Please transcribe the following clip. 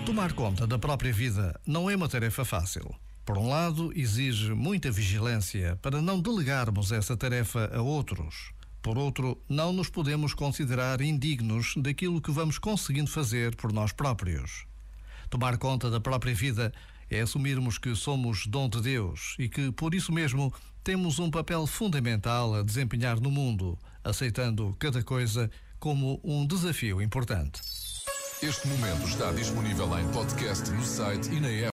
Tomar conta da própria vida não é uma tarefa fácil. Por um lado, exige muita vigilância para não delegarmos essa tarefa a outros. Por outro, não nos podemos considerar indignos daquilo que vamos conseguindo fazer por nós próprios. Tomar conta da própria vida é assumirmos que somos dom de Deus e que, por isso mesmo, temos um papel fundamental a desempenhar no mundo, aceitando cada coisa como um desafio importante. Este momento está disponível em podcast no site e na app.